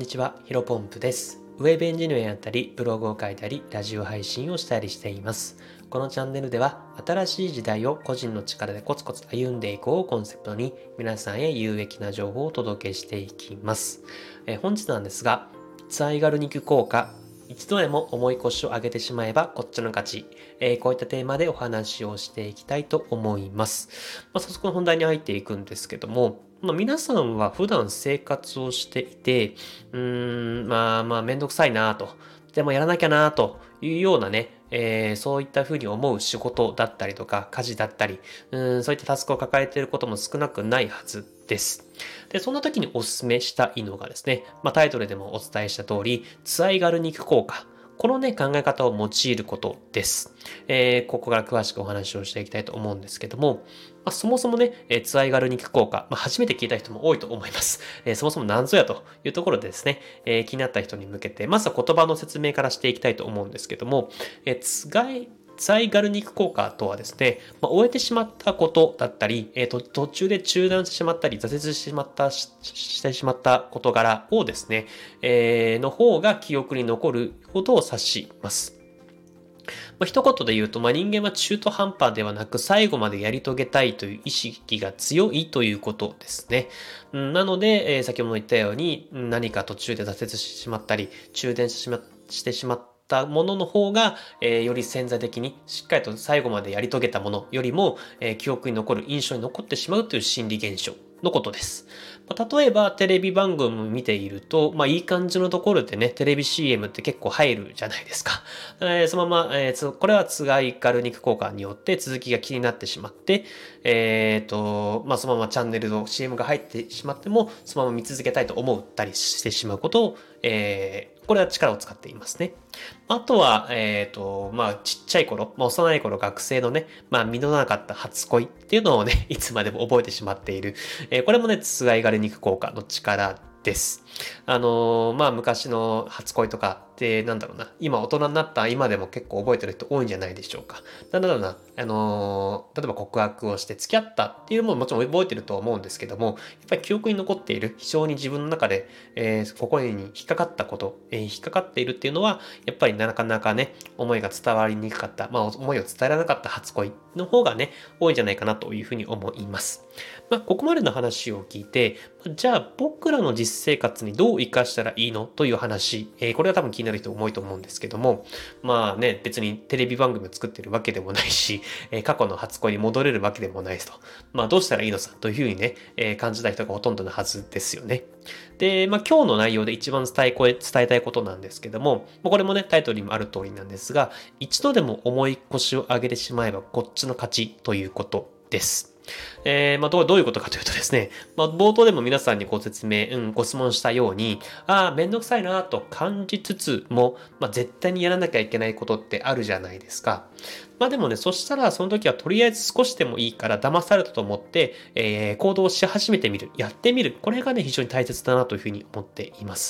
にちは、ヒロポンプです。ウェブエンジニアやったり、ブログを書いたり、ラジオ配信をしたりしています。このチャンネルでは、新しい時代を個人の力でコツコツ歩んでいこうをコンセプトに、皆さんへ有益な情報をお届けしていきます。本日なんですが、ツアイガル肉効果、一度でも重い腰を上げてしまえばこっちの勝ち。こういったテーマでお話をしていきたいと思います。早速本題に入っていくんですけども、皆さんは普段生活をしていて、めんどくさいなと。でもやらなきゃなというようなね、そういったふうに思う仕事だったりとか、家事だったり、そういったタスクを抱えていることも少なくないはずです。で、そんな時にお勧めしたいのがですね、タイトルでもお伝えした通り、ツアイガル肉効果。このね、考え方を用いることです。ここから詳しくお話をしていきたいと思うんですけども、そもそもね、ツアイガル肉効果、初めて聞いた人も多いと思います。そもそも何ぞやというところでですね、気になった人に向けて、まずは言葉の説明からしていきたいと思うんですけども、ツアイガル肉効果とはですね、終えてしまったことだったり、途中で中断してしまったり、挫折してしまった事柄をですね、の方が記憶に残ることを指します。一言で言うと、人間は中途半端ではなく最後までやり遂げたいという意識が強いということですね。なので、先ほども言ったように何か途中で挫折してしまったり、中断してしまったものの方が、より潜在的にしっかりと最後までやり遂げたものよりも、記憶に残る印象に残ってしまうという心理現象のことです。例えばテレビ番組を見ていると、いい感じのところでね、テレビ CM って結構入るじゃないですか。そのまま、これはツアイガル肉効果によって続きが気になってしまって、そのままチャンネルの CM が入ってしまっても、そのまま見続けたいと思ったりしてしまうことを、これは力を使っていますね。あとは、ちっちゃい頃、幼い頃学生のね、実らなかった初恋っていうのをね、いつまでも覚えてしまっている。これもね、ツアイガル肉効果の力です。昔の初恋とかって、今大人になった今でも結構覚えてる人多いんじゃないでしょうか。例えば告白をして付き合ったっていうのももちろん覚えてるとは思うんですけども、やっぱり記憶に残っている、非常に自分の中で、心に引っかかったこと、引っかかっているっていうのは、やっぱりなかなかね、思いが伝わりにくかった、思いを伝えられなかった初恋の方がね、多いんじゃないかなというふうに思います。ここまでの話を聞いて、じゃあ僕らの実生活にどう活かしたらいいのという話、これが多分気になる人多いと思うんですけども、別にテレビ番組を作ってるわけでもないし、過去の初恋に戻れるわけでもないですと。どうしたらいいのさというふうにね、感じた人がほとんどのはずですよね。で、今日の内容で一番伝えたいことなんですけども、これもね、タイトルにもある通りなんですが、一度でも重い腰を上げてしまえばこっちの勝ちということです。どういうことかというとですね、冒頭でも皆さんにご質問したように、めんどくさいなと感じつつも、絶対にやらなきゃいけないことってあるじゃないですか。でもね、そしたらその時はとりあえず少しでもいいから騙されたと思って、行動し始めてみる、やってみる。これがね、非常に大切だなというふうに思っています。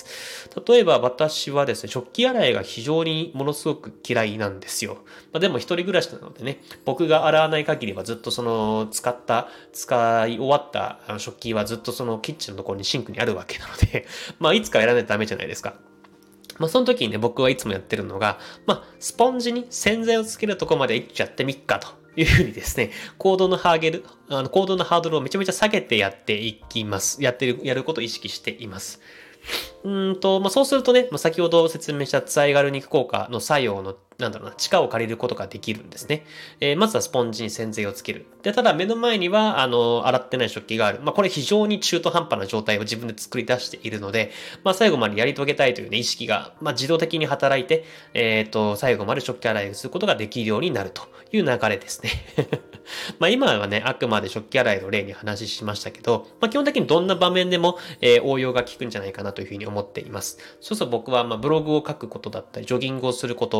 例えば私はですね、食器洗いが非常にものすごく嫌いなんですよ。でも一人暮らしなのでね、僕が洗わない限りはずっとその使い終わった食器はずっとそのキッチンのところにシンクにあるわけなので、いつかやらないとダメじゃないですか。その時にね、僕はいつもやってるのが、スポンジに洗剤をつけるとこまで一応やってみっかというふうにですね、行動のハードルをめちゃめちゃ下げてやっていきます。やることを意識しています。そうするとね、先ほど説明したツアイガル肉効果の作用の、力を借りることができるんですね。まずはスポンジに洗剤をつける。で、ただ目の前には、洗ってない食器がある。これ非常に中途半端な状態を自分で作り出しているので、最後までやり遂げたいというね、意識が、自動的に働いて、最後まで食器洗いをすることができるようになるという流れですね。今はね、あくまで食器洗いの例に話しましたけど、基本的にどんな場面でも、応用が効くんじゃないかなというふうに思っています。そうそう僕は、ブログを書くことだったり、ジョギングをすることに関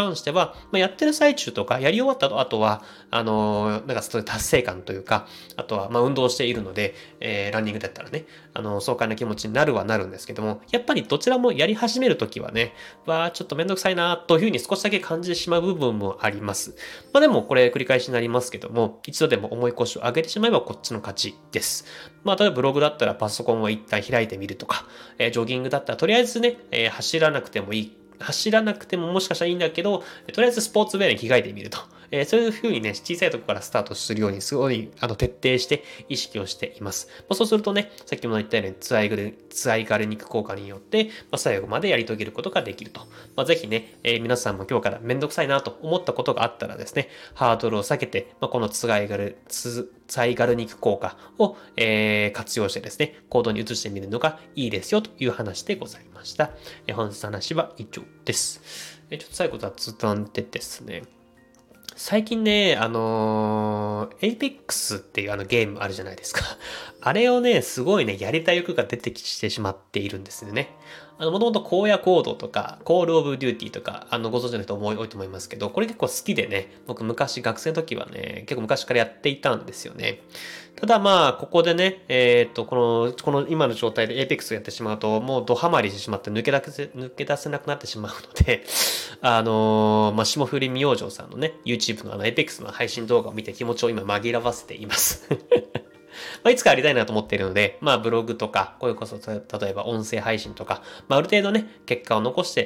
関しては、やってる最中とか、やり終わった後は、なんかそういう達成感というか、あとは、運動しているので、ランニングだったらね、爽快な気持ちになるんですけども、やっぱりどちらもやり始めるときはね、ちょっとめんどくさいな、というふうに少しだけ感じてしまう部分もあります。でもこれ繰り返しになりますけども、一度でも重い腰を上げてしまえばこっちの勝ちです。例えばブログだったらパソコンを一旦開いてみるとか、ジョギングだったらとりあえずね、走らなくてもいい。走らなくてももしかしたらいいんだけど、とりあえずスポーツウェアに着替えてみると。そういう風にね、小さいところからスタートするように、すごい、徹底して意識をしています。そうするとね、さっきも言ったように、ツアイガル肉効果によって、最後までやり遂げることができると。ぜひね、皆さんも今日からめんどくさいなと思ったことがあったらですね、ハードルを下げて、このツアイガル肉効果を、活用してですね、行動に移してみるのがいいですよという話でございました。本日の話は以上です。ちょっと最後雑談でですね、最近ね、Apex っていうゲームあるじゃないですか。あれをね、すごいね、やりたい欲が出てきてしまっているんですよね。もともと荒野行動とか、コールオブデューティーとか、ご存知の人も多いと思いますけど、これ結構好きでね、僕昔学生の時はね、結構昔からやっていたんですよね。ただここでね、この今の状態で Apex をやってしまうと、もうドハマりしてしまって抜け出せなくなってしまうので、霜降り明星さんのね、YouTube のApex の配信動画を見て気持ちを今紛らわせています。いつかやりたいなと思っているので、ブログとか、これこそ、例えば音声配信とか、ある程度ね、結果を残して、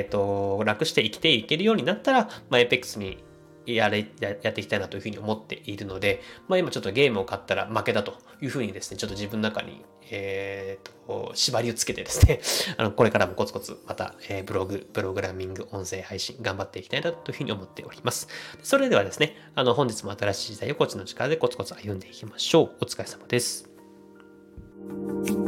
楽して生きていけるようになったら、Apex にやっていきたいなというふうに思っているので、今ちょっとゲームを買ったら負けだというふうにですね、ちょっと自分の中に、縛りをつけてですね、これからもコツコツまた、プログラミング、音声配信頑張っていきたいなというふうに思っております。それではですね、本日も新しい時代をコツの力でコツコツ歩んでいきましょう。お疲れ様です。